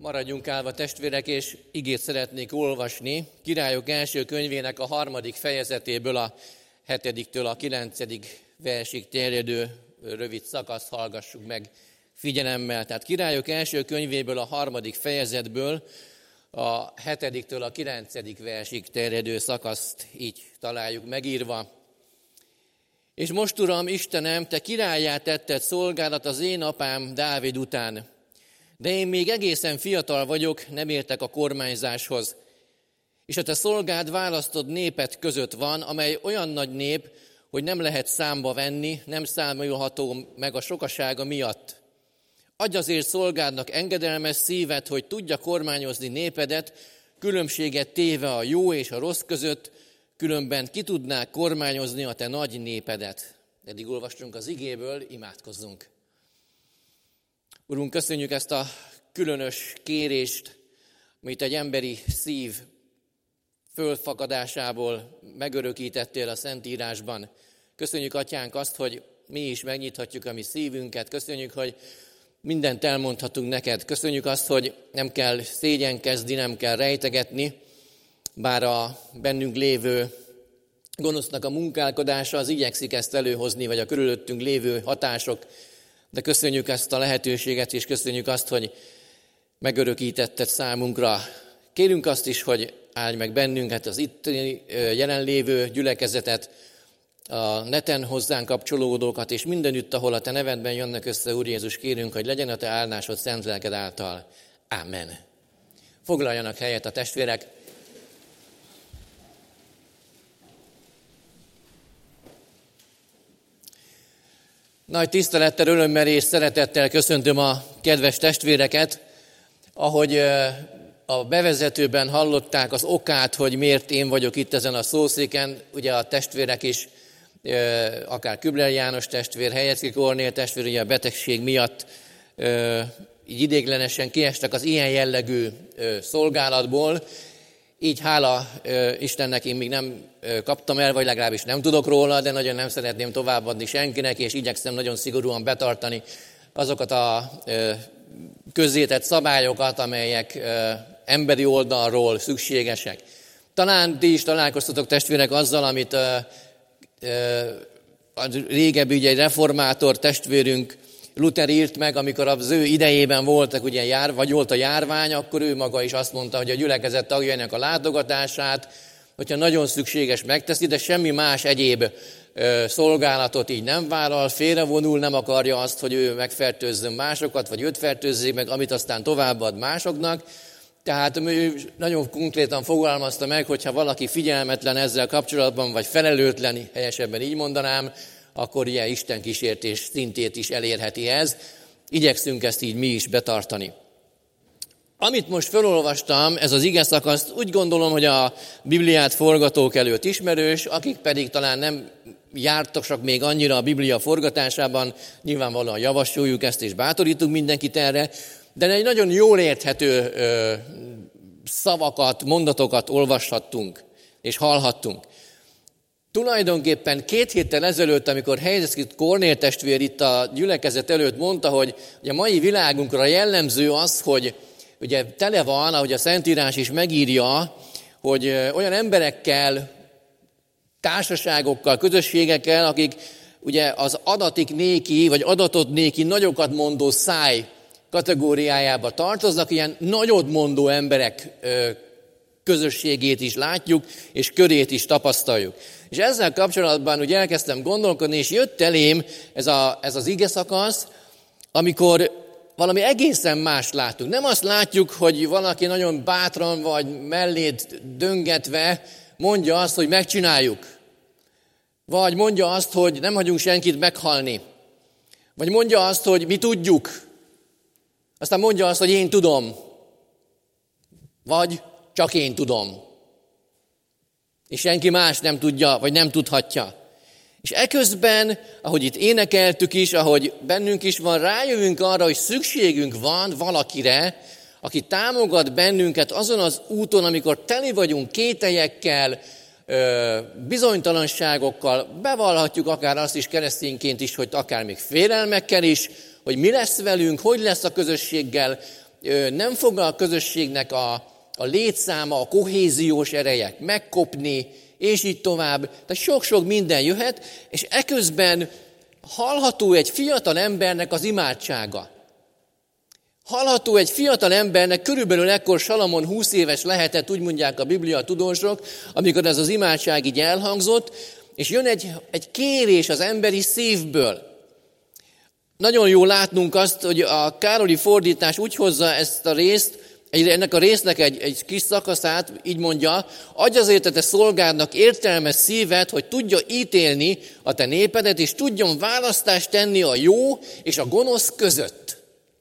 Maradjunk állva, testvérek, és igét szeretnék olvasni. Királyok első könyvének a 3. fejezetéből a 7-től a 9. versig terjedő rövid szakaszt hallgassuk meg figyelemmel. Tehát Királyok első könyvéből a 3. fejezetből a 7-től a 9. versig terjedő szakaszt így találjuk megírva. És most, Uram, Istenem, te királlyá tetted szolgálat az én apám Dávid után. De én még egészen fiatal vagyok, nem értek a kormányzáshoz. És a te szolgád választott népet között van, amely olyan nagy nép, hogy nem lehet számba venni, nem számolható meg a sokasága miatt. Adj azért szolgádnak engedelmes szívet, hogy tudja kormányozni népedet, különbséget téve a jó és a rossz között, különben ki tudnák kormányozni a te nagy népedet. Eddig olvastunk az igéből, imádkozzunk. Urunk, köszönjük ezt a különös kérést, amit egy emberi szív fölfakadásából megörökítettél a Szentírásban. Köszönjük, Atyánk, azt, hogy mi is megnyithatjuk a mi szívünket. Köszönjük, hogy mindent elmondhatunk neked. Köszönjük azt, hogy nem kell szégyenkezni, nem kell rejtegetni, bár a bennünk lévő gonosznak a munkálkodása az igyekszik ezt előhozni, vagy a körülöttünk lévő hatások, de köszönjük ezt a lehetőséget, és köszönjük azt, hogy megörökítetted számunkra. Kérünk azt is, hogy áldj meg bennünket, az itt jelenlévő gyülekezetet, a neten hozzánk kapcsolódókat, és mindenütt, ahol a te nevedben jönnek össze, Úr Jézus, kérünk, hogy legyen a te áldásod szent lelked által. Amen. Foglaljanak helyet a testvérek. Nagy tisztelettel, örömmel és szeretettel köszöntöm a kedves testvéreket. Ahogy a bevezetőben hallották az okát, hogy miért én vagyok itt ezen a szószéken, ugye a testvérek is, akár Kübler János testvér, Helyezki Kornél testvér, ugye a betegség miatt így ideiglenesen kiestek az ilyen jellegű szolgálatból. Így hála Istennek én még nem kaptam el, vagy legalábbis nem tudok róla, de nagyon nem szeretném továbbadni senkinek, és igyekszem nagyon szigorúan betartani azokat a közzétett szabályokat, amelyek emberi oldalról szükségesek. Talán ti is találkoztatok, testvérek, azzal, amit a régebbi ugye, egy reformátor testvérünk Luther írt meg, amikor az ő idejében voltak, ugye, vagy volt a járvány, akkor ő maga is azt mondta, hogy a gyülekezet tagjainak a látogatását, hogyha nagyon szükséges, megteszi, de semmi más egyéb szolgálatot így nem vállal, félrevonul, nem akarja azt, hogy ő megfertőzzön másokat, vagy őt fertőzzék meg, amit aztán továbbad másoknak. Tehát ő nagyon konkrétan fogalmazta meg, hogyha valaki figyelmetlen ezzel kapcsolatban, vagy felelőtlen, helyesebben így mondanám, akkor ilyen Isten kísértés szintét is elérheti ez. Igyekszünk ezt így mi is betartani. Amit most felolvastam, ez az ige szakasz, úgy gondolom, hogy a Bibliát forgatók előtt ismerős, akik pedig talán nem jártak még annyira a Biblia forgatásában, nyilvánvalóan javasoljuk ezt, és bátorítunk mindenkit erre, de egy nagyon jól érthető szavakat, mondatokat olvashattunk, és hallhattunk. Tulajdonképpen 2 héttel ezelőtt, amikor Helyezki Kornél testvér itt a gyülekezet előtt mondta, hogy a mai világunkra jellemző az, hogy ugye tele van, ahogy a Szentírás is megírja, hogy olyan emberekkel, társaságokkal, közösségekkel, akik ugye az adatik néki, vagy adatot néki nagyokat mondó száj kategóriájába tartoznak, ilyen nagyot mondó emberek közösségét is látjuk, és körét is tapasztaljuk. És ezzel kapcsolatban ugye elkezdtem gondolkodni, és jött elém ez az ige szakasz, amikor valami egészen más látunk. Nem azt látjuk, hogy valaki nagyon bátran vagy mellét döngetve mondja azt, hogy megcsináljuk. Vagy mondja azt, hogy nem hagyunk senkit meghalni. Vagy mondja azt, hogy mi tudjuk. Aztán mondja azt, hogy én tudom. Vagy csak én tudom. És senki más nem tudja, vagy nem tudhatja. És eközben, ahogy itt énekeltük is, ahogy bennünk is van, rájövünk arra, hogy szükségünk van valakire, aki támogat bennünket azon az úton, amikor teli vagyunk kételyekkel, bizonytalanságokkal, bevallhatjuk akár azt is keresztényként is, hogy akár még félelmekkel is, hogy mi lesz velünk, hogy lesz a közösséggel, nem fog a közösségnek a létszáma, a kohéziós ereje megkopni, és így tovább. Tehát sok-sok minden jöhet, és eközben hallható egy fiatal embernek az imádsága. Hallható egy fiatal embernek, körülbelül ekkor Salamon 20 éves lehetett, úgy mondják a Biblia tudósok, amikor ez az imádság így elhangzott, és jön egy kérés az emberi szívből. Nagyon jó látnunk azt, hogy a Károli fordítás úgy hozza ezt a részt, ennek a résznek egy kis szakaszát, így mondja, adj azért a te szolgádnak értelmes szívet, hogy tudja ítélni a te népedet, és tudjon választást tenni a jó és a gonosz között.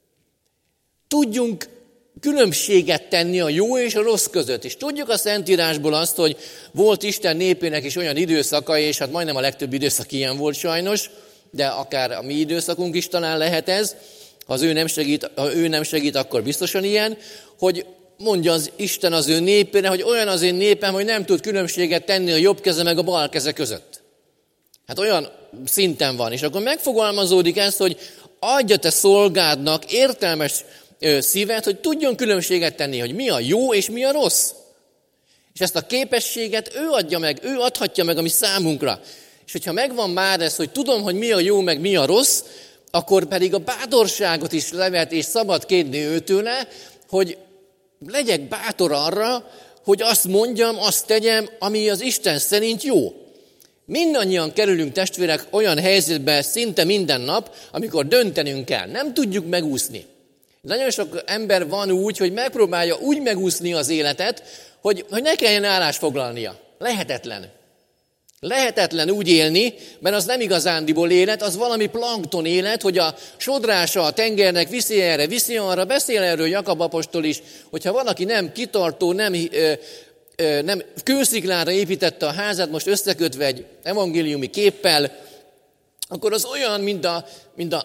Tudjunk különbséget tenni a jó és a rossz között. És tudjuk a Szentírásból azt, hogy volt Isten népének is olyan időszaka, és hát majdnem a legtöbb időszak ilyen volt sajnos, de akár a mi időszakunk is talán lehet ez, ha ő nem segít, akkor biztosan ilyen, hogy mondja az Isten az ő népére, hogy olyan az én népem, hogy nem tud különbséget tenni a jobb keze meg a bal keze között. Hát olyan szinten van. És akkor megfogalmazódik ez, hogy adja te szolgádnak értelmes szívet, hogy tudjon különbséget tenni, hogy mi a jó és mi a rossz. És ezt a képességet ő adja meg, ő adhatja meg a mi számunkra. És hogyha megvan már ez, hogy tudom, hogy mi a jó, meg mi a rossz, akkor pedig a bátorságot is lehet és szabad kérni őtőle, hogy legyek bátor arra, hogy azt mondjam, azt tegyem, ami az Isten szerint jó. Mindannyian kerülünk, testvérek, olyan helyzetbe szinte minden nap, amikor döntenünk kell. Nem tudjuk megúszni. Nagyon sok ember van úgy, hogy megpróbálja úgy megúszni az életet, hogy ne kelljen állást foglalnia. Lehetetlen. Lehetetlen úgy élni, mert az nem igazándiból élet, az valami plankton élet, hogy a sodrása a tengernek viszi erre, viszi arra, beszél erről Jakab apostol is, hogyha valaki nem kitartó, nem kősziklára építette a házat, most összekötve egy evangéliumi képpel, akkor az olyan, mint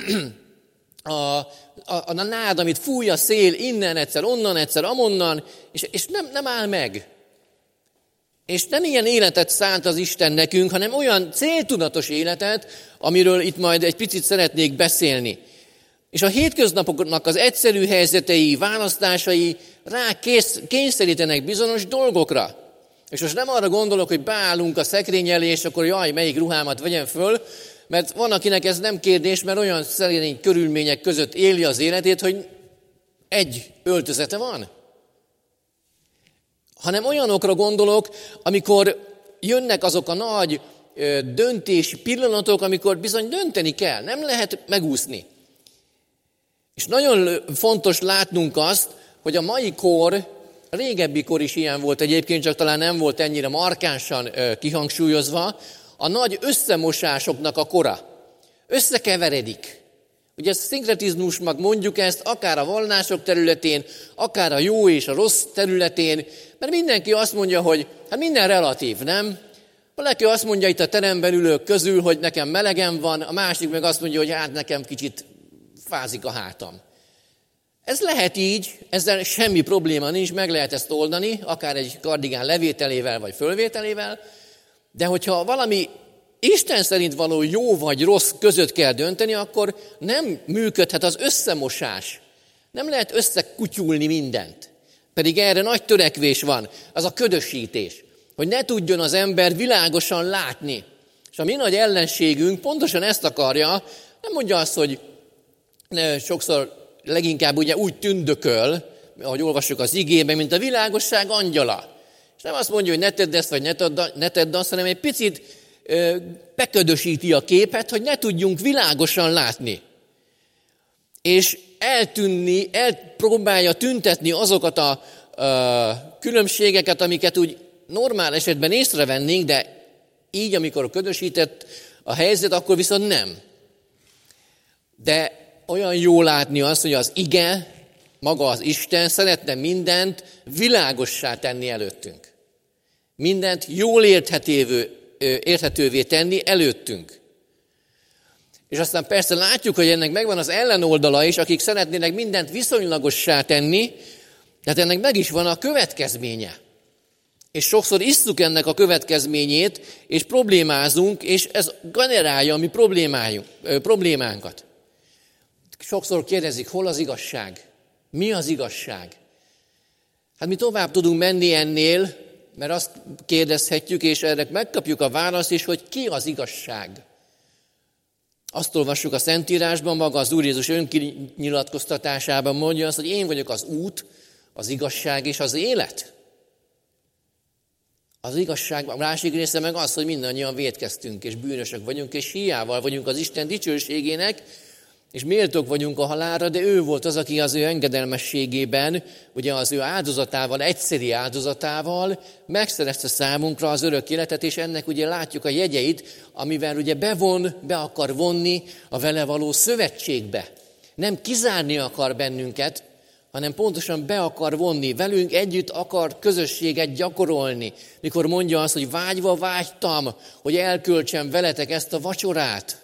a nád, amit fúj a szél, innen egyszer, onnan egyszer, amonnan, és nem áll meg. És nem ilyen életet szánt az Isten nekünk, hanem olyan céltudatos életet, amiről itt majd egy picit szeretnék beszélni. És a hétköznapoknak az egyszerű helyzetei, választásai rá kényszerítenek bizonyos dolgokra. És most nem arra gondolok, hogy beállunk a szekrény elé, és akkor jaj, melyik ruhámat vegyem föl, mert van, akinek ez nem kérdés, mert olyan szerény körülmények között éli az életét, hogy egy öltözete van. Hanem olyanokra gondolok, amikor jönnek azok a nagy döntési pillanatok, amikor bizony dönteni kell, nem lehet megúszni. És nagyon fontos látnunk azt, hogy a mai kor, a régebbi kor is ilyen volt egyébként, csak talán nem volt ennyire markánsan kihangsúlyozva, a nagy összemosásoknak a kora. Összekeveredik. Ugye szinkretizmusnak mondjuk ezt, akár a vallások területén, akár a jó és a rossz területén, mert mindenki azt mondja, hogy hát minden relatív, nem? Valaki azt mondja itt a teremben ülők közül, hogy nekem melegem van, a másik meg azt mondja, hogy hát nekem kicsit fázik a hátam. Ez lehet így, ezzel semmi probléma nincs, meg lehet ezt oldani, akár egy kardigán levételével vagy fölvételével, de hogyha valami Isten szerint való jó vagy rossz között kell dönteni, akkor nem működhet az összemosás. Nem lehet összekutyulni mindent. Pedig erre nagy törekvés van, az a ködösítés, hogy ne tudjon az ember világosan látni. És a mi nagy ellenségünk pontosan ezt akarja, nem mondja azt, hogy sokszor leginkább ugye úgy tündököl, ahogy olvassuk az igében, mint a világosság angyala. És nem azt mondja, hogy ne tedd ezt, vagy ne tedd azt, hanem egy picit beködösíti a képet, hogy ne tudjunk világosan látni. És elpróbálja tüntetni azokat a különbségeket, amiket úgy normál esetben észrevennénk, de így, amikor ködösített a helyzet, akkor viszont nem. De olyan jó látni azt, hogy az ige, maga az Isten szeretne mindent világossá tenni előttünk. Mindent jól érthetővé tenni előttünk. És aztán persze látjuk, hogy ennek megvan az ellenoldala is, akik szeretnének mindent viszonylagossá tenni, tehát ennek meg is van a következménye. És sokszor isszuk ennek a következményét, és problémázunk, és ez generálja a mi problémánkat. Sokszor kérdezik, hol az igazság? Mi az igazság? Hát mi tovább tudunk menni ennél, mert azt kérdezhetjük, és erre megkapjuk a választ is, hogy ki az igazság. Azt olvassuk a Szentírásban, maga az Úr Jézus önkinyilatkoztatásában mondja azt, hogy én vagyok az út, az igazság és az élet. Az igazság, a másik része meg az, hogy mindannyian vétkeztünk, és bűnösök vagyunk, és hiával vagyunk az Isten dicsőségének, és méltók vagyunk a halálra, de ő volt az, aki az ő engedelmességében, ugye az ő áldozatával, egyszeri áldozatával megszerezte számunkra az örök életet, és ennek ugye látjuk a jegyeit, amivel ugye be akar vonni a vele való szövetségbe. Nem kizárni akar bennünket, hanem pontosan be akar vonni, velünk együtt akar közösséget gyakorolni. Mikor mondja azt, hogy vágyva vágytam, hogy elköltsem veletek ezt a vacsorát.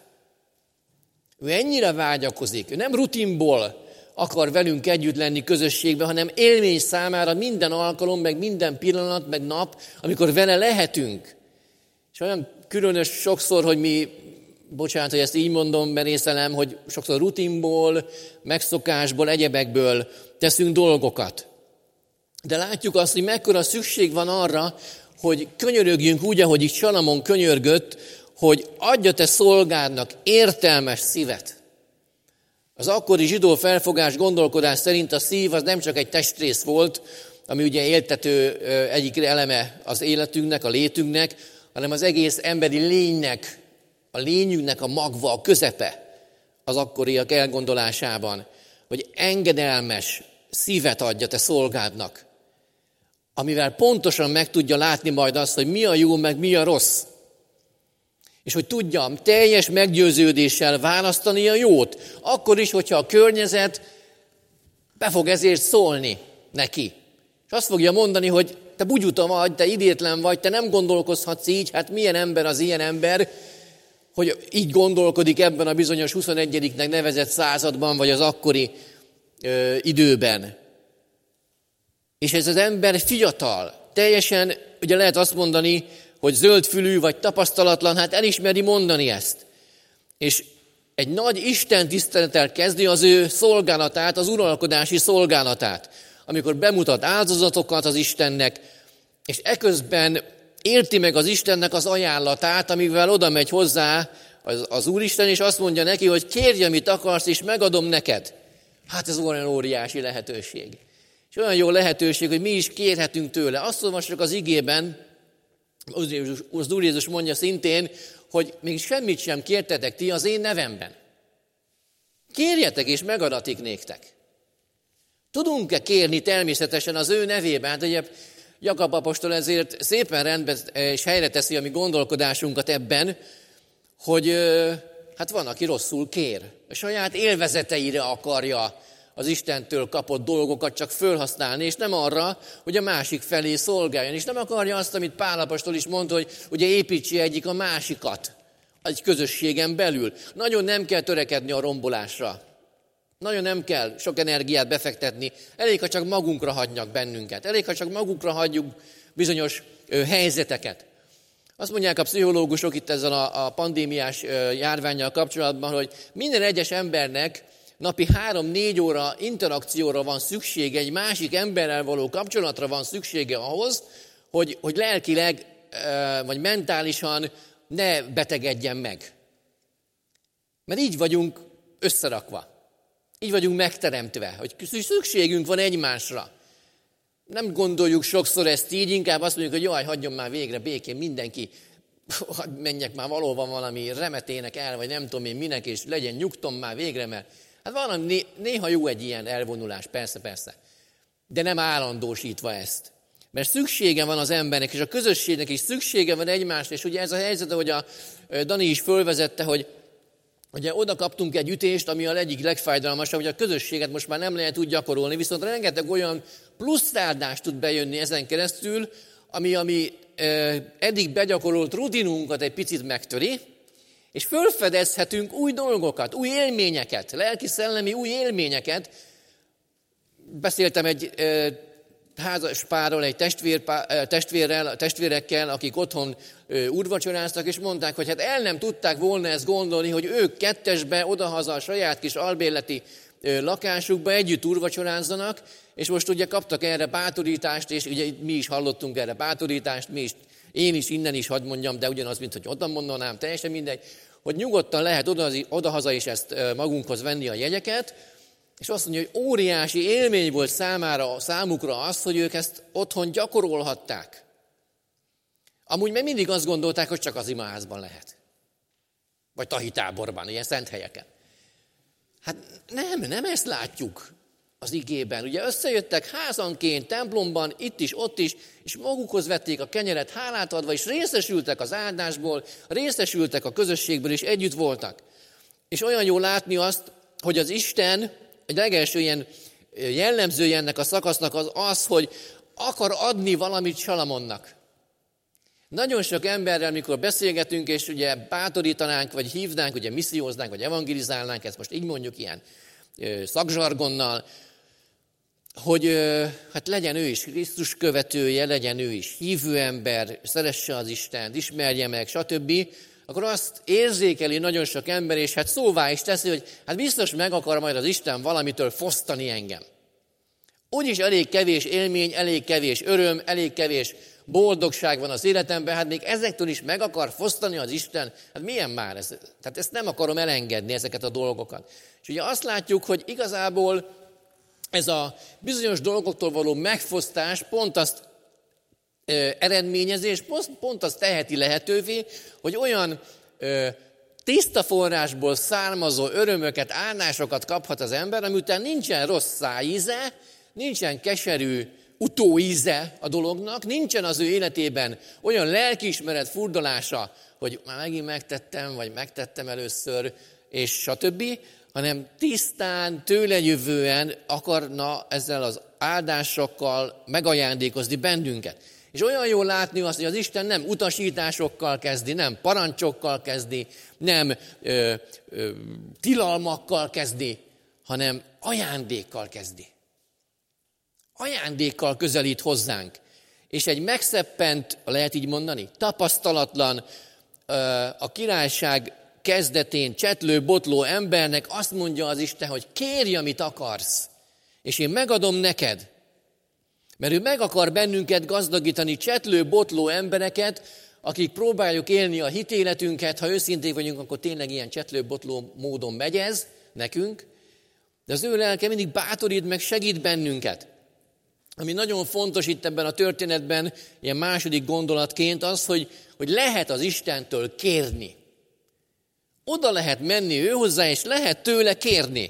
Ő ennyire vágyakozik, ő nem rutinból akar velünk együtt lenni közösségben, hanem élmény számára minden alkalom, meg minden pillanat, meg nap, amikor vele lehetünk. És olyan különös sokszor, hogy mi, bocsánat, hogy ezt így mondom, merészelem, hogy sokszor rutinból, megszokásból, egyebekből teszünk dolgokat. De látjuk azt, hogy mekkora szükség van arra, hogy könyörögjünk úgy, ahogy itt Salamon könyörgött, hogy adja te szolgádnak értelmes szívet. Az akkori zsidó felfogás gondolkodás szerint a szív az nem csak egy testrész volt, ami ugye éltető egyik eleme az életünknek, a létünknek, hanem az egész emberi lénynek, a lényünknek a magva, a közepe az akkoriak elgondolásában, hogy engedelmes szívet adja te szolgádnak, amivel pontosan meg tudja látni majd azt, hogy mi a jó, meg mi a rossz. És hogy tudja teljes meggyőződéssel választani a jót, akkor is, hogyha a környezet be fog ezért szólni neki. És azt fogja mondani, hogy te bugyuta vagy, te idétlen vagy, te nem gondolkozhatsz így, hát milyen ember az ilyen ember, hogy így gondolkodik ebben a bizonyos 21. nevezett században, vagy az akkori időben. És ez az ember fiatal, teljesen, ugye lehet azt mondani, hogy zöldfülű vagy tapasztalatlan, hát elismeri mondani ezt. És egy nagy Isten tisztelettel kezdi az ő szolgálatát, az uralkodási szolgálatát, amikor bemutat áldozatokat az Istennek, és eközben érti meg az Istennek az ajánlatát, amivel oda megy hozzá az Úristen, és azt mondja neki, hogy kérj, amit akarsz, és megadom neked. Hát ez olyan óriási lehetőség. És olyan jó lehetőség, hogy mi is kérhetünk tőle. Azt olvassuk az igében, az Úr Jézus mondja szintén, hogy még semmit sem kértetek ti az én nevemben. Kérjetek, és megadatik néktek. Tudunk-e kérni természetesen az ő nevében? Hát ugye Jakab apostol ezért szépen rendbe és helyre teszi a mi gondolkodásunkat ebben, hogy hát van, aki rosszul kér. A saját élvezeteire akarja az Istentől kapott dolgokat csak fölhasználni, és nem arra, hogy a másik felé szolgáljon. És nem akarja azt, amit Pál apostol is mondta, hogy ugye építse egyik a másikat egy közösségen belül. Nagyon nem kell törekedni a rombolásra. Nagyon nem kell sok energiát befektetni. Elég, ha csak magunkra hagynak bennünket. Elég, ha csak magunkra hagyjuk bizonyos helyzeteket. Azt mondják a pszichológusok itt ezzel a pandémiás járvánnyal kapcsolatban, hogy minden egyes embernek napi 3-4 óra interakcióra van szüksége, egy másik emberrel való kapcsolatra van szüksége ahhoz, hogy lelkileg vagy mentálisan ne betegedjen meg. Mert így vagyunk összerakva. Így vagyunk megteremtve, hogy szükségünk van egymásra. Nem gondoljuk sokszor ezt így, inkább azt mondjuk, hogy jaj, hagyjon már végre békén mindenki, menjek már valóban valami remetének el, vagy nem tudom én minek, és legyen nyugtom már végre, mert hát valami, néha jó egy ilyen elvonulás, persze, de nem állandósítva ezt. Mert szüksége van az embernek, és a közösségnek is szüksége van egymásra, és ugye ez a helyzet, ahogy a Dani is fölvezette, hogy ugye oda kaptunk egy ütést, ami a egyik legfájdalmasabb, hogy a közösséget most már nem lehet úgy gyakorolni, viszont rengeteg olyan plusz áldást tud bejönni ezen keresztül, ami eddig begyakorolt rutinunkat egy picit megtöri, és fölfedezhetünk új dolgokat, új élményeket, lelki-szellemi új élményeket. Beszéltem egy házaspárról, egy testvérekkel, akik otthon úrvacsoráztak, és mondták, hogy hát el nem tudták volna ezt gondolni, hogy ők kettesbe odahaza a saját kis albérleti lakásukba, együtt úrvacsorázzanak, és most ugye kaptak erre bátorítást, és ugye mi is hallottunk erre bátorítást, mi is, én is innen is hadd mondjam, de ugyanaz, mint hogy oda mondanám, teljesen mindegy, hogy nyugodtan lehet odahaza is ezt magunkhoz venni a jegyeket, és azt mondja, hogy óriási élmény volt számukra az, hogy ők ezt otthon gyakorolhatták. Amúgy meg mindig azt gondolták, hogy csak az imaházban lehet. Vagy tahitáborban, ilyen szent helyeken. Hát nem ezt látjuk az igében. Ugye összejöttek házanként, templomban, itt is, ott is, és magukhoz vették a kenyeret hálát adva, és részesültek az áldásból, részesültek a közösségből, és együtt voltak. És olyan jó látni azt, hogy az Isten, egy legelső ilyen jellemzője ennek a szakasznak az, hogy akar adni valamit Salamonnak. Nagyon sok emberrel, mikor beszélgetünk, és ugye bátorítanánk, vagy hívnánk, ugye misszióznánk, vagy evangelizálnánk, ezt most így mondjuk ilyen szakzsargonnal, hogy hát legyen ő is Krisztus követője, legyen ő is hívő ember, szeresse az Istent, ismerje meg, stb., akkor azt érzékeli nagyon sok ember, és hát szóvá is teszi, hogy hát biztos meg akar majd az Isten valamitől fosztani engem. Úgyis elég kevés élmény, elég kevés öröm, elég kevés boldogság van az életemben, hát még ezektől is meg akar fosztani az Isten. Hát milyen már ez? Tehát ezt nem akarom elengedni, ezeket a dolgokat. És ugye azt látjuk, hogy igazából ez a bizonyos dolgoktól való megfosztás pont azt eredményezi, és pont azt teheti lehetővé, hogy olyan tiszta forrásból származó örömöket, áldásokat kaphat az ember, ami után nincsen rossz szájíze, nincsen keserű utóíze a dolognak, nincsen az ő életében olyan lelkiismeret furdalása, hogy már megint megtettem, vagy megtettem először, és stb., hanem tisztán, tőle jövően akarna ezzel az áldásokkal megajándékozni bennünket. És olyan jól látni azt, hogy az Isten nem utasításokkal kezdi, nem parancsokkal kezdi, nem tilalmakkal kezdi, hanem ajándékkal kezdi. Ajándékkal közelít hozzánk. És egy megszeppent, lehet így mondani, tapasztalatlan, a királyság kezdetén csetlő-botló embernek azt mondja az Isten, hogy kérj, amit akarsz, és én megadom neked. Mert ő meg akar bennünket gazdagítani, csetlő-botló embereket, akik próbáljuk élni a hitéletünket, ha őszintén vagyunk, akkor tényleg ilyen csetlő-botló módon megy ez nekünk, de az ő lelke mindig bátorít meg, segít bennünket. Ami nagyon fontos itt ebben a történetben, ilyen második gondolatként az, hogy lehet az Istentől kérni. Oda lehet menni ő hozzá, és lehet tőle kérni.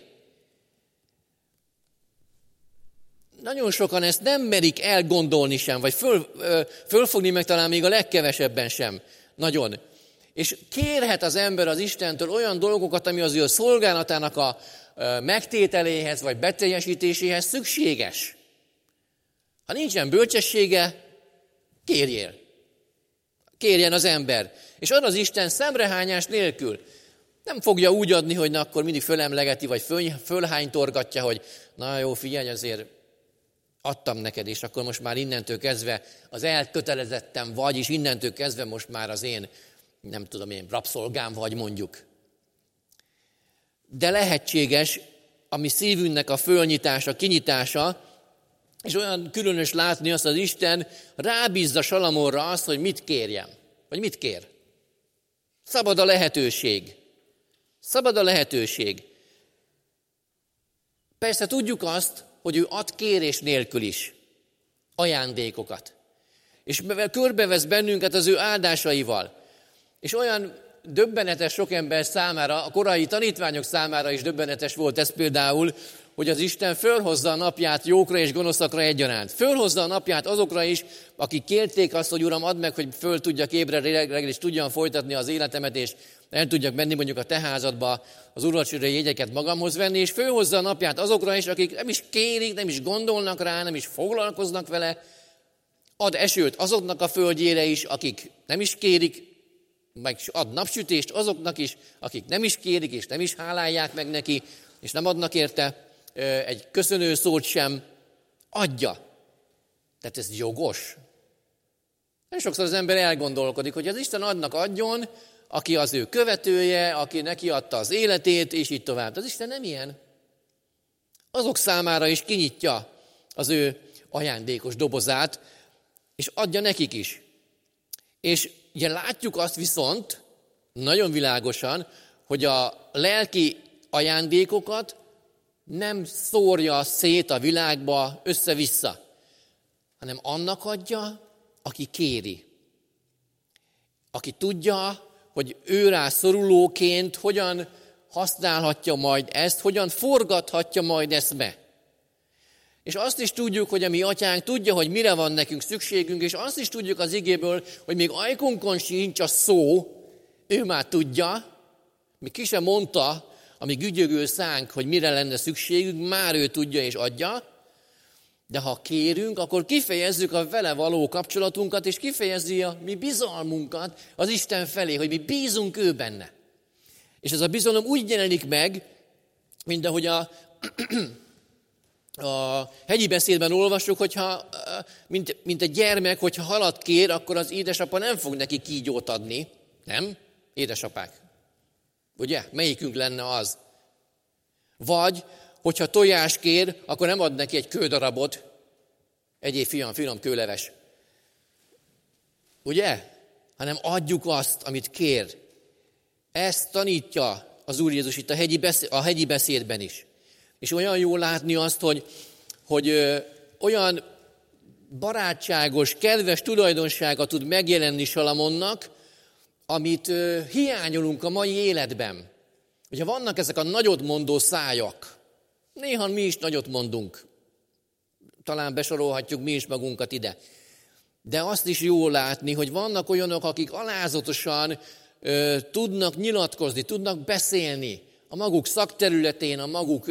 Nagyon sokan ezt nem merik elgondolni sem, vagy fölfogni meg talán még a legkevesebben sem. Nagyon. És kérhet az ember az Istentől olyan dolgokat, ami az ő szolgálatának a megtételéhez, vagy beteljesítéséhez szükséges. Ha nincsen bölcsessége, kérjél. Kérjen az ember. És ad az Isten szemrehányás nélkül. Nem fogja úgy adni, hogy na, akkor mindig fölemlegeti, vagy fölhánytorgatja, hogy na jó, figyelj, azért adtam neked, és akkor most már innentől kezdve az elkötelezettem vagy, és innentől kezdve most már az én, nem tudom én, rabszolgám vagy mondjuk. De lehetséges a mi szívünknek a fölnyitása, kinyitása, és olyan különös látni azt, az Isten rábízza Salamonra azt, hogy mit kérjem, vagy mit kér. Szabad a lehetőség. Szabad a lehetőség. Persze tudjuk azt, hogy ő ad kérés nélkül is ajándékokat. És körbevesz bennünket az ő áldásaival. És olyan döbbenetes sok ember számára, a korai tanítványok számára is döbbenetes volt ez például, hogy az Isten fölhozza a napját jókra és gonoszakra egyaránt. Fölhozza a napját azokra is, akik kérték azt, hogy Uram, add meg, hogy föl tudjak ébredni reggel, és tudjam folytatni az életemet, és el tudjak menni mondjuk a te házadba az úrvacsorai jegyeket magamhoz venni, és fölhozza a napját azokra is, akik nem is kérik, nem is gondolnak rá, nem is foglalkoznak vele. Ad esőt azoknak a földjére is, akik nem is kérik, meg ad napsütést azoknak is, akik nem is kérik, és nem is hálálják meg neki, és nem adnak érte egy köszönő szót sem, adja. Tehát ez jogos. És sokszor az ember elgondolkodik, hogy az Isten adnak adjon, aki az ő követője, aki neki adta az életét, és így tovább. De az Isten nem ilyen. azok számára is kinyitja az ő ajándékos dobozát, és adja nekik is. És ugye látjuk azt viszont nagyon világosan, hogy a lelki ajándékokat nem szórja szét a világba össze-vissza, hanem annak adja, aki kéri. Aki tudja, hogy ő rá szorulóként hogyan használhatja majd ezt, hogyan forgathatja majd ezt be. És azt is tudjuk, hogy a mi atyánk tudja, hogy mire van nekünk szükségünk, és azt is tudjuk az igéből, hogy még ajkunkon sincs a szó, ő már tudja, még ki sem mondta, amíg ügyögő szánk, hogy mire lenne szükségünk, már ő tudja és adja, de ha kérünk, akkor kifejezzük a vele való kapcsolatunkat, és kifejezzük a mi bizalmunkat az Isten felé, hogy mi bízunk ő benne. És ez a bizalom úgy jelenik meg, mint ahogy a hegyi beszédben olvassuk, hogyha, mint egy gyermek, hogyha halat kér, akkor az édesapa nem fog neki kígyót adni. Nem? Édesapák. Ugye? Melyikünk lenne az? Vagy, hogyha tojás kér, akkor nem ad neki egy kődarabot. Egyéb finom kőleves. Ugye? Hanem adjuk azt, amit kér. Ezt tanítja az Úr Jézus itt a hegyi beszédben is. És olyan jó látni azt, hogy olyan barátságos, kedves tulajdonsága tud megjelenni Salamonnak, amit hiányolunk a mai életben. Ugye vannak ezek a nagyot mondó szájak. Néha mi is nagyot mondunk. Talán besorolhatjuk mi is magunkat ide. De azt is jó látni, hogy vannak olyanok, akik alázatosan tudnak nyilatkozni, tudnak beszélni a maguk szakterületén, a maguk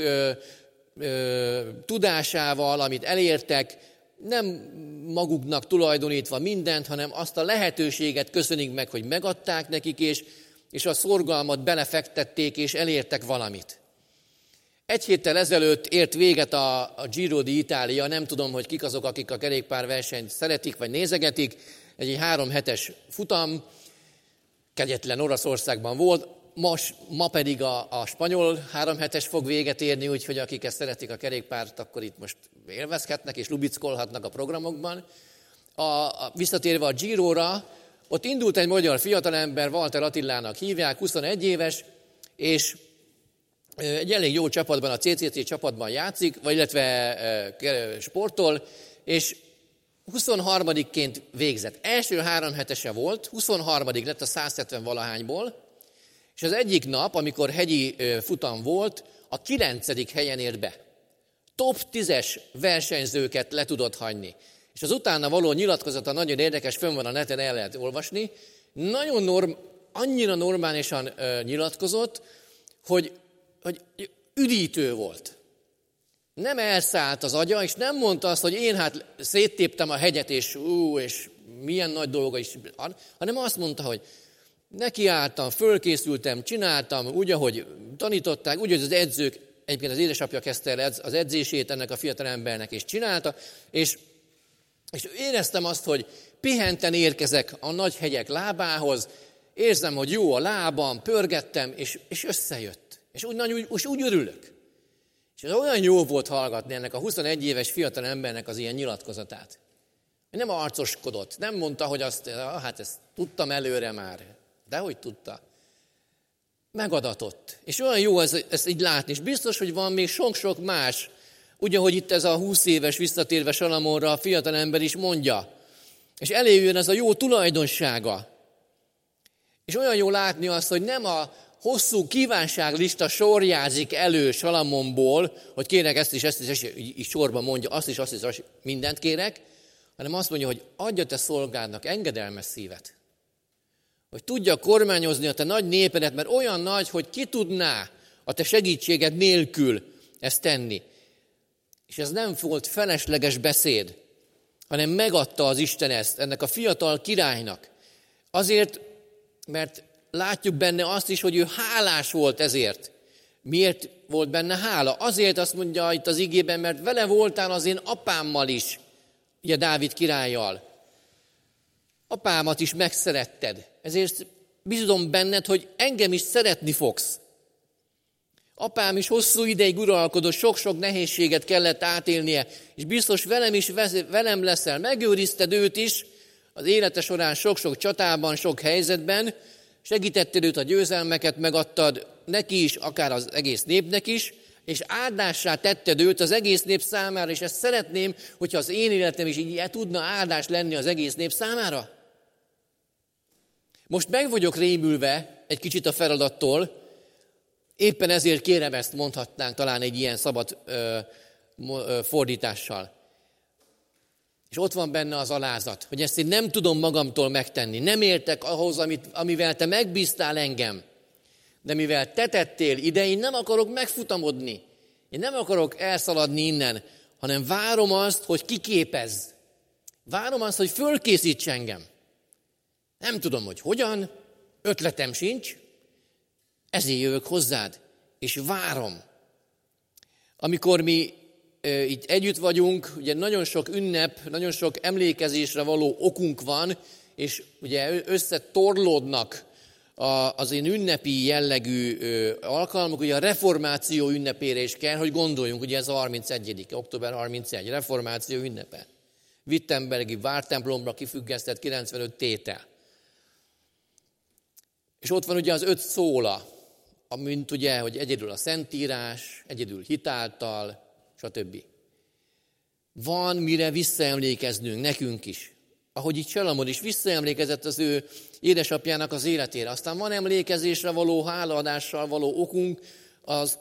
tudásával, amit elértek, nem maguknak tulajdonítva mindent, hanem azt a lehetőséget köszönik meg, hogy megadták nekik, és a szorgalmat belefektették, és elértek valamit. Egy héttel ezelőtt ért véget a Giro d'Italia, nem tudom, hogy kik azok, akik a kerékpárversenyt szeretik, vagy nézegetik. Egy 3 hetes futam, kegyetlen Oroszországban volt, ma pedig a spanyol 3 hetes fog véget érni, úgyhogy akik ezt szeretik a kerékpárt, akkor itt most élvezhetnek és lubickolhatnak a programokban. Visszatérve a Giróra, ott indult egy magyar fiatalember, Walter Attilának hívják, 21 éves, és egy elég jó csapatban, a CCC csapatban játszik, vagy illetve sportol, és 23-ként végzett. Első 3 hetese volt, 23. lett a 170 valahányból, és az egyik nap, amikor hegyi futam volt, a 9. helyen ért be. Top 10-es versenyzőket le tudott hagyni. És az utána való nyilatkozata nagyon érdekes, fönn van a neten, el lehet olvasni. Annyira normálisan nyilatkozott, hogy üdítő volt. Nem elszállt az agya, és nem mondta azt, hogy én hát széttéptem a hegyet, és milyen nagy dolga is, hanem azt mondta, hogy nekiálltam, fölkészültem, csináltam, úgy, ahogy tanították, úgy, hogy az edzők, egyébként az édesapja kezdte el az edzését ennek a fiatal embernek, és csinálta, és éreztem azt, hogy pihenten érkezek a nagy hegyek lábához, érzem, hogy jó a lábam, pörgettem, és összejött. És úgy örülök. És ez olyan jó volt hallgatni ennek a 21 éves fiatal embernek az ilyen nyilatkozatát. Nem arcoskodott, nem mondta, hogy hát ezt tudtam előre már. Dehogy tudta. Megadatott. És olyan jó ezt így látni. És biztos, hogy van még sok-sok más. Úgy, ahogy itt ez a 20 éves visszatérve Salamonra a fiatal ember is mondja. És eléjön ez a jó tulajdonsága. És olyan jó látni azt, hogy nem a hosszú kívánságlista sorjázik elő Salamonból, hogy kérek ezt is, így sorban mondja, azt is, mindent kérek, hanem azt mondja, hogy adja te szolgádnak engedelmes szívet. Hogy tudja kormányozni a te nagy népedet, mert olyan nagy, hogy ki tudná a te segítséged nélkül ezt tenni. És ez nem volt felesleges beszéd, hanem megadta az Isten ezt ennek a fiatal királynak. Azért, mert látjuk benne azt is, hogy ő hálás volt ezért. Miért volt benne hála? Azért azt mondja itt az igében, mert vele voltál az én apámmal is, ugye Dávid királlyal. Apámat is megszeretted. Ezért bízom benned, hogy engem is szeretni fogsz. Apám is hosszú ideig uralkodott, sok-sok nehézséget kellett átélnie, és biztos velem leszel, megőrizted őt is az élete során sok-sok csatában, sok helyzetben, segítetted őt, a győzelmeket megadtad neki is, akár az egész népnek is, és áldássá tetted őt az egész nép számára, és ezt szeretném, hogyha az én életem is így tudna áldás lenni az egész nép számára. Most meg vagyok rémülve egy kicsit a feladattól, éppen ezért kérem, ezt mondhatnánk talán egy ilyen szabad fordítással. És ott van benne az alázat, hogy ezt én nem tudom magamtól megtenni, nem értek ahhoz, amivel te megbíztál engem. De mivel te tettél ide, én nem akarok megfutamodni. Én nem akarok elszaladni innen, hanem várom azt, hogy kiképezz. Várom azt, hogy fölkészíts engem. Nem tudom, hogy hogyan, ötletem sincs, ezért jövök hozzád, és várom. Amikor mi itt együtt vagyunk, ugye nagyon sok ünnep, nagyon sok emlékezésre való okunk van, és ugye összetorlódnak az én ünnepi jellegű alkalmak, ugye a reformáció ünnepére is kell, hogy gondoljunk, ugye ez a 31. október 31. reformáció ünnepe. Wittenbergi vártemplomra kifüggesztett 95 tétel. És ott van ugye az 5 szóla, amint ugye, hogy egyedül a Szentírás, egyedül hitáltal, stb. Van mire visszaemlékeznünk nekünk is. Ahogy itt Salamon is visszaemlékezett az ő édesapjának az életére. Aztán van emlékezésre való, hálaadással való okunk az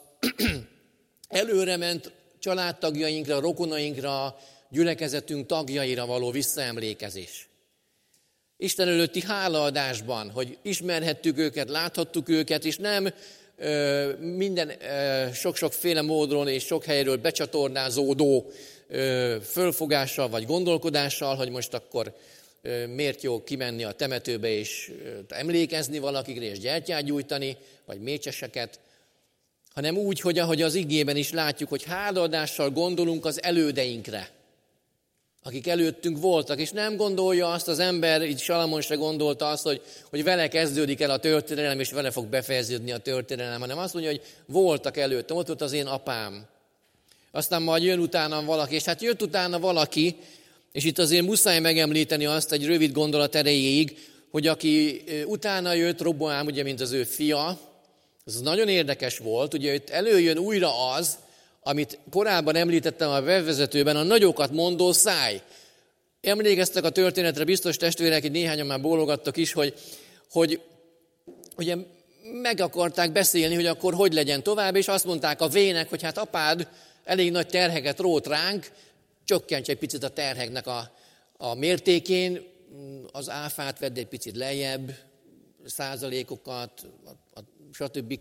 előrement családtagjainkra, rokonainkra, gyülekezetünk tagjaira való visszaemlékezés. Isten előtti hálaadásban, hogy ismerhettük őket, láthattuk őket, és nem minden sok-sokféle módon és sok helyről becsatornázódó fölfogással vagy gondolkodással, hogy most akkor miért jó kimenni a temetőbe és emlékezni valakikre és gyertyát gyújtani, vagy mécseseket, hanem úgy, hogy ahogy az igében is látjuk, hogy hálaadással gondolunk az elődeinkre, akik előttünk voltak, és nem gondolja azt az ember, így Salamon se gondolta azt, hogy vele kezdődik el a történelem, és vele fog befejeződni a történelem, hanem azt mondja, hogy voltak előttem, ott volt az én apám. Aztán majd jön utána valaki, és hát jött utána valaki, és itt azért muszáj megemlíteni azt egy rövid gondolat erejéig, hogy aki utána jött, Roboám, ugye, mint az ő fia, az nagyon érdekes volt, ugye itt előjön újra az, amit korábban említettem a bevezetőben, a nagyokat mondó száj. Emlékeztek a történetre, biztos testvérek, hogy néhányan már bólogattak is, hogy ugye meg akarták beszélni, hogy akkor hogy legyen tovább, és azt mondták a vének, hogy hát apád elég nagy terheket rót ránk, csökkents egy picit a terheknek a mértékén, az áfát vedd egy picit lejjebb, százalékokat, stb.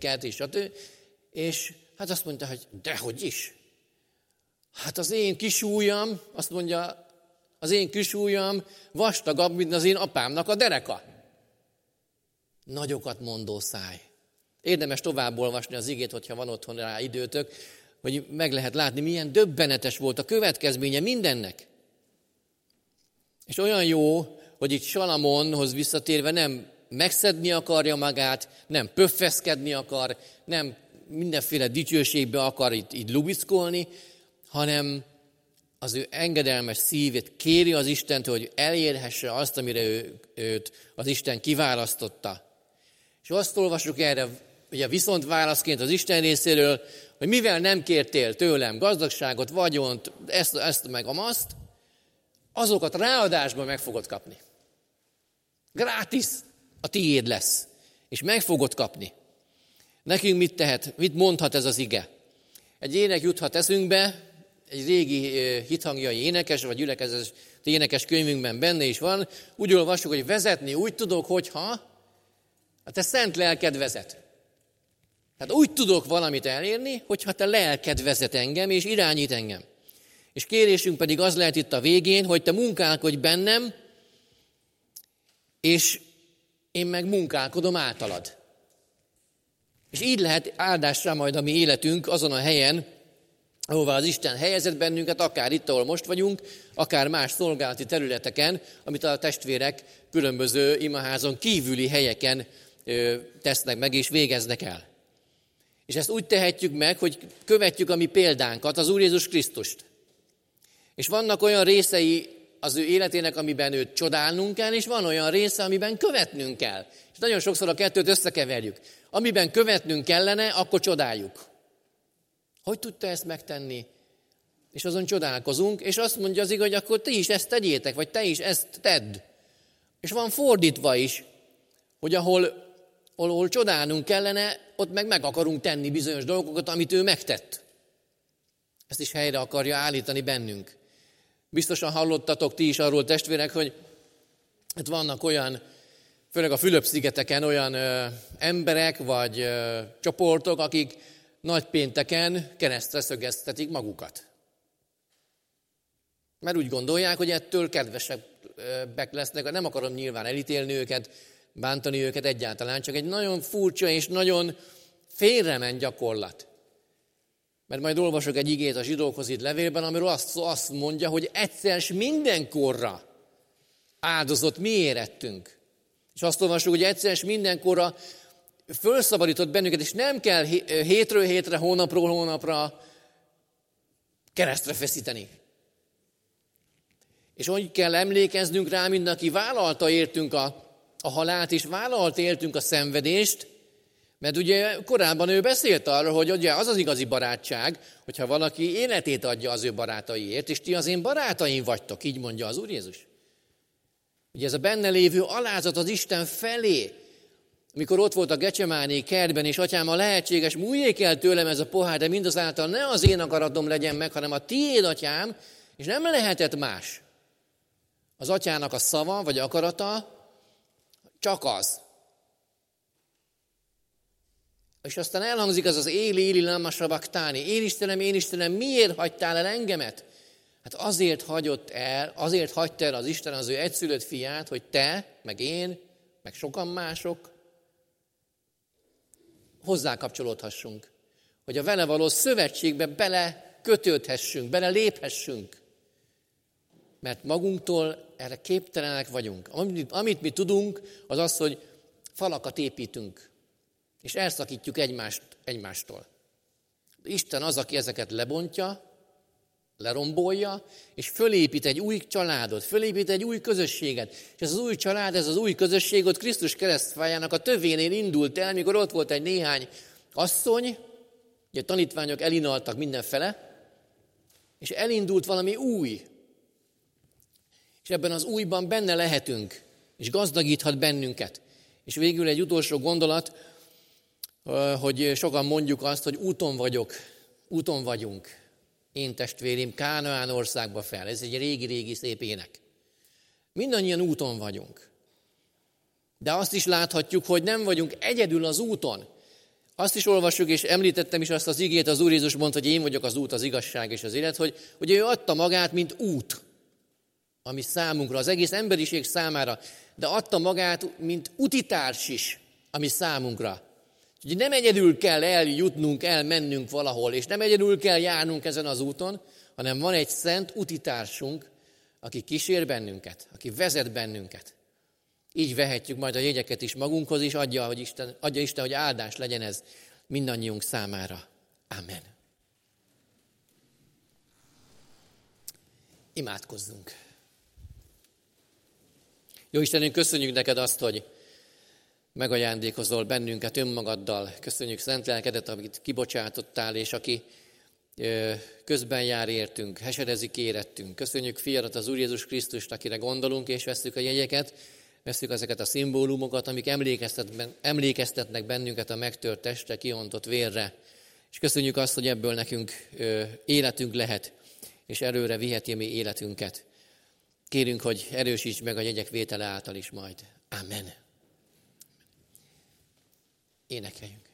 És hát azt mondta, hogy dehogy is. Hát az én kis ujjam, azt mondja, az én kis ujjam vastagabb, mint az én apámnak a dereka. Nagyokat mondó száj. Érdemes tovább olvasni az igét, hogyha van otthon rá időtök, hogy meg lehet látni, milyen döbbenetes volt a következménye mindennek. És olyan jó, hogy itt Salamonhoz visszatérve nem megszedni akarja magát, nem pöffeszkedni akar, nem mindenféle dicsőségbe akar itt lubickolni, hanem az ő engedelmes szívét kéri az Istentől, hogy elérhesse azt, amire őt az Isten kiválasztotta. És azt olvasjuk erre, ugye viszont válaszként az Isten részéről, hogy mivel nem kértél tőlem gazdagságot, vagyont, ezt meg amaszt, azokat ráadásban meg fogod kapni. Gratis a tiéd lesz, és meg fogod kapni. Nekünk mit tehet, mit mondhat ez az ige? Egy ének juthat eszünkbe, egy régi hithangjai énekes, vagy gyülekezeti énekes könyvünkben benne is van. Úgy olvassuk, hogy vezetni úgy tudok, hogyha a te szent lelked vezet. Tehát úgy tudok valamit elérni, hogyha te lelked vezet engem, és irányít engem. És kérésünk pedig az lehet itt a végén, hogy te munkálkodj bennem, és én meg munkálkodom általad. És így lehet áldásra majd a mi életünk azon a helyen, ahová az Isten helyezett bennünket, akár itt, ahol most vagyunk, akár más szolgálati területeken, amit a testvérek különböző imaházon kívüli helyeken tesznek meg és végeznek el. És ezt úgy tehetjük meg, hogy követjük a mi példánkat, az Úr Jézus Krisztust. És vannak olyan részei az ő életének, amiben őt csodálnunk kell, és van olyan része, amiben követnünk kell. És nagyon sokszor a kettőt összekeverjük. Amiben követnünk kellene, akkor csodáljuk. Hogy tudta ezt megtenni? És azon csodálkozunk, és azt mondja az igaz, hogy akkor ti is ezt tegyétek, vagy te is ezt tedd. És van fordítva is, hogy ahol csodálnunk kellene, ott meg akarunk tenni bizonyos dolgokat, amit ő megtett. Ezt is helyre akarja állítani bennünk. Biztosan hallottatok ti is arról, testvérek, hogy hát vannak olyan, főleg a Fülöp-szigeteken olyan emberek vagy csoportok, akik nagypénteken keresztre szögeztetik magukat. Mert úgy gondolják, hogy ettől kedvesebbek lesznek. Nem akarom nyilván elítélni őket, bántani őket egyáltalán, csak egy nagyon furcsa és nagyon félrement gyakorlat. Mert majd olvasok egy igét a zsidókhoz itt levélben, amiről azt mondja, hogy egyszer s mindenkorra áldozott mi érettünk. És azt olvasjuk, hogy egyszer s mindenkorra fölszabadított bennünket, és nem kell hétről hétre, hónapról hónapra keresztre feszíteni. És úgy kell emlékeznünk rá, mind aki vállalta értünk a halált, és vállalta értünk a szenvedést, mert ugye korábban ő beszélt arról, hogy ugye az az igazi barátság, hogyha valaki életét adja az ő barátaiért, és ti az én barátaim vagytok, így mondja az Úr Jézus. Ugye ez a benne lévő alázat az Isten felé, amikor ott volt a Gecsemáné kertben, és atyám, a lehetséges, múljék el tőlem ez a pohár, de mindazáltal ne az én akaratom legyen meg, hanem a tiéd, atyám, és nem lehetett más. Az atyának a szava, vagy akarata, csak az. És aztán elhangzik az éli lama sabachthani. Én Istenem, miért hagytál el engemet? Hát azért hagyta el az Isten az ő egyszülött fiát, hogy te, meg én, meg sokan mások hozzá kapcsolódhassunk. Hogy a vele való szövetségbe bele kötődhessünk, bele léphessünk. Mert magunktól erre képtelenek vagyunk. Amit mi tudunk, az az, hogy falakat építünk, és elszakítjuk egymástól. Isten az, aki ezeket lebontja, lerombolja, és fölépít egy új családot, fölépít egy új közösséget. És ez az új család, ez az új közösség ott Krisztus keresztfájának a tövénél indult el, mikor ott volt egy néhány asszony, ugye a tanítványok elinaltak mindenfele, és elindult valami új. És ebben az újban benne lehetünk, és gazdagíthat bennünket. És végül egy utolsó gondolat, hogy sokan mondjuk azt, hogy úton vagyunk. Én testvérem, Kánaán országba fel. Ez egy régi-régi szép ének. Mindannyian úton vagyunk. De azt is láthatjuk, hogy nem vagyunk egyedül az úton. Azt is olvassuk, és említettem is azt az igét, az Úr Jézus mondta, hogy én vagyok az út, az igazság és az élet, hogy ő adta magát, mint út, ami számunkra, az egész emberiség számára, de adta magát, mint utitárs is, ami számunkra. Úgyhogy nem egyedül kell eljutnunk, elmennünk valahol, és nem egyedül kell járnunk ezen az úton, hanem van egy szent utitársunk, aki kísér bennünket, aki vezet bennünket. Így vehetjük majd a jegyeket is magunkhoz, és adja Isten, hogy áldás legyen ez mindannyiunk számára. Amen. Imádkozzunk. Jó Istenünk, köszönjük neked azt, hogy megajándékozol bennünket önmagaddal. Köszönjük szent lelkedet, amit kibocsátottál, és aki közben jár értünk, hesedezik érettünk. Köszönjük fiadat, az Úr Jézus Krisztust, akire gondolunk, és vesszük a jegyeket, vesszük ezeket a szimbólumokat, amik emlékeztetnek bennünket a megtört testre, kiontott vérre. És köszönjük azt, hogy ebből nekünk életünk lehet, és előre viheti mi életünket. Kérünk, hogy erősíts meg a jegyek vétele által is majd. Amen. Énekeljünk.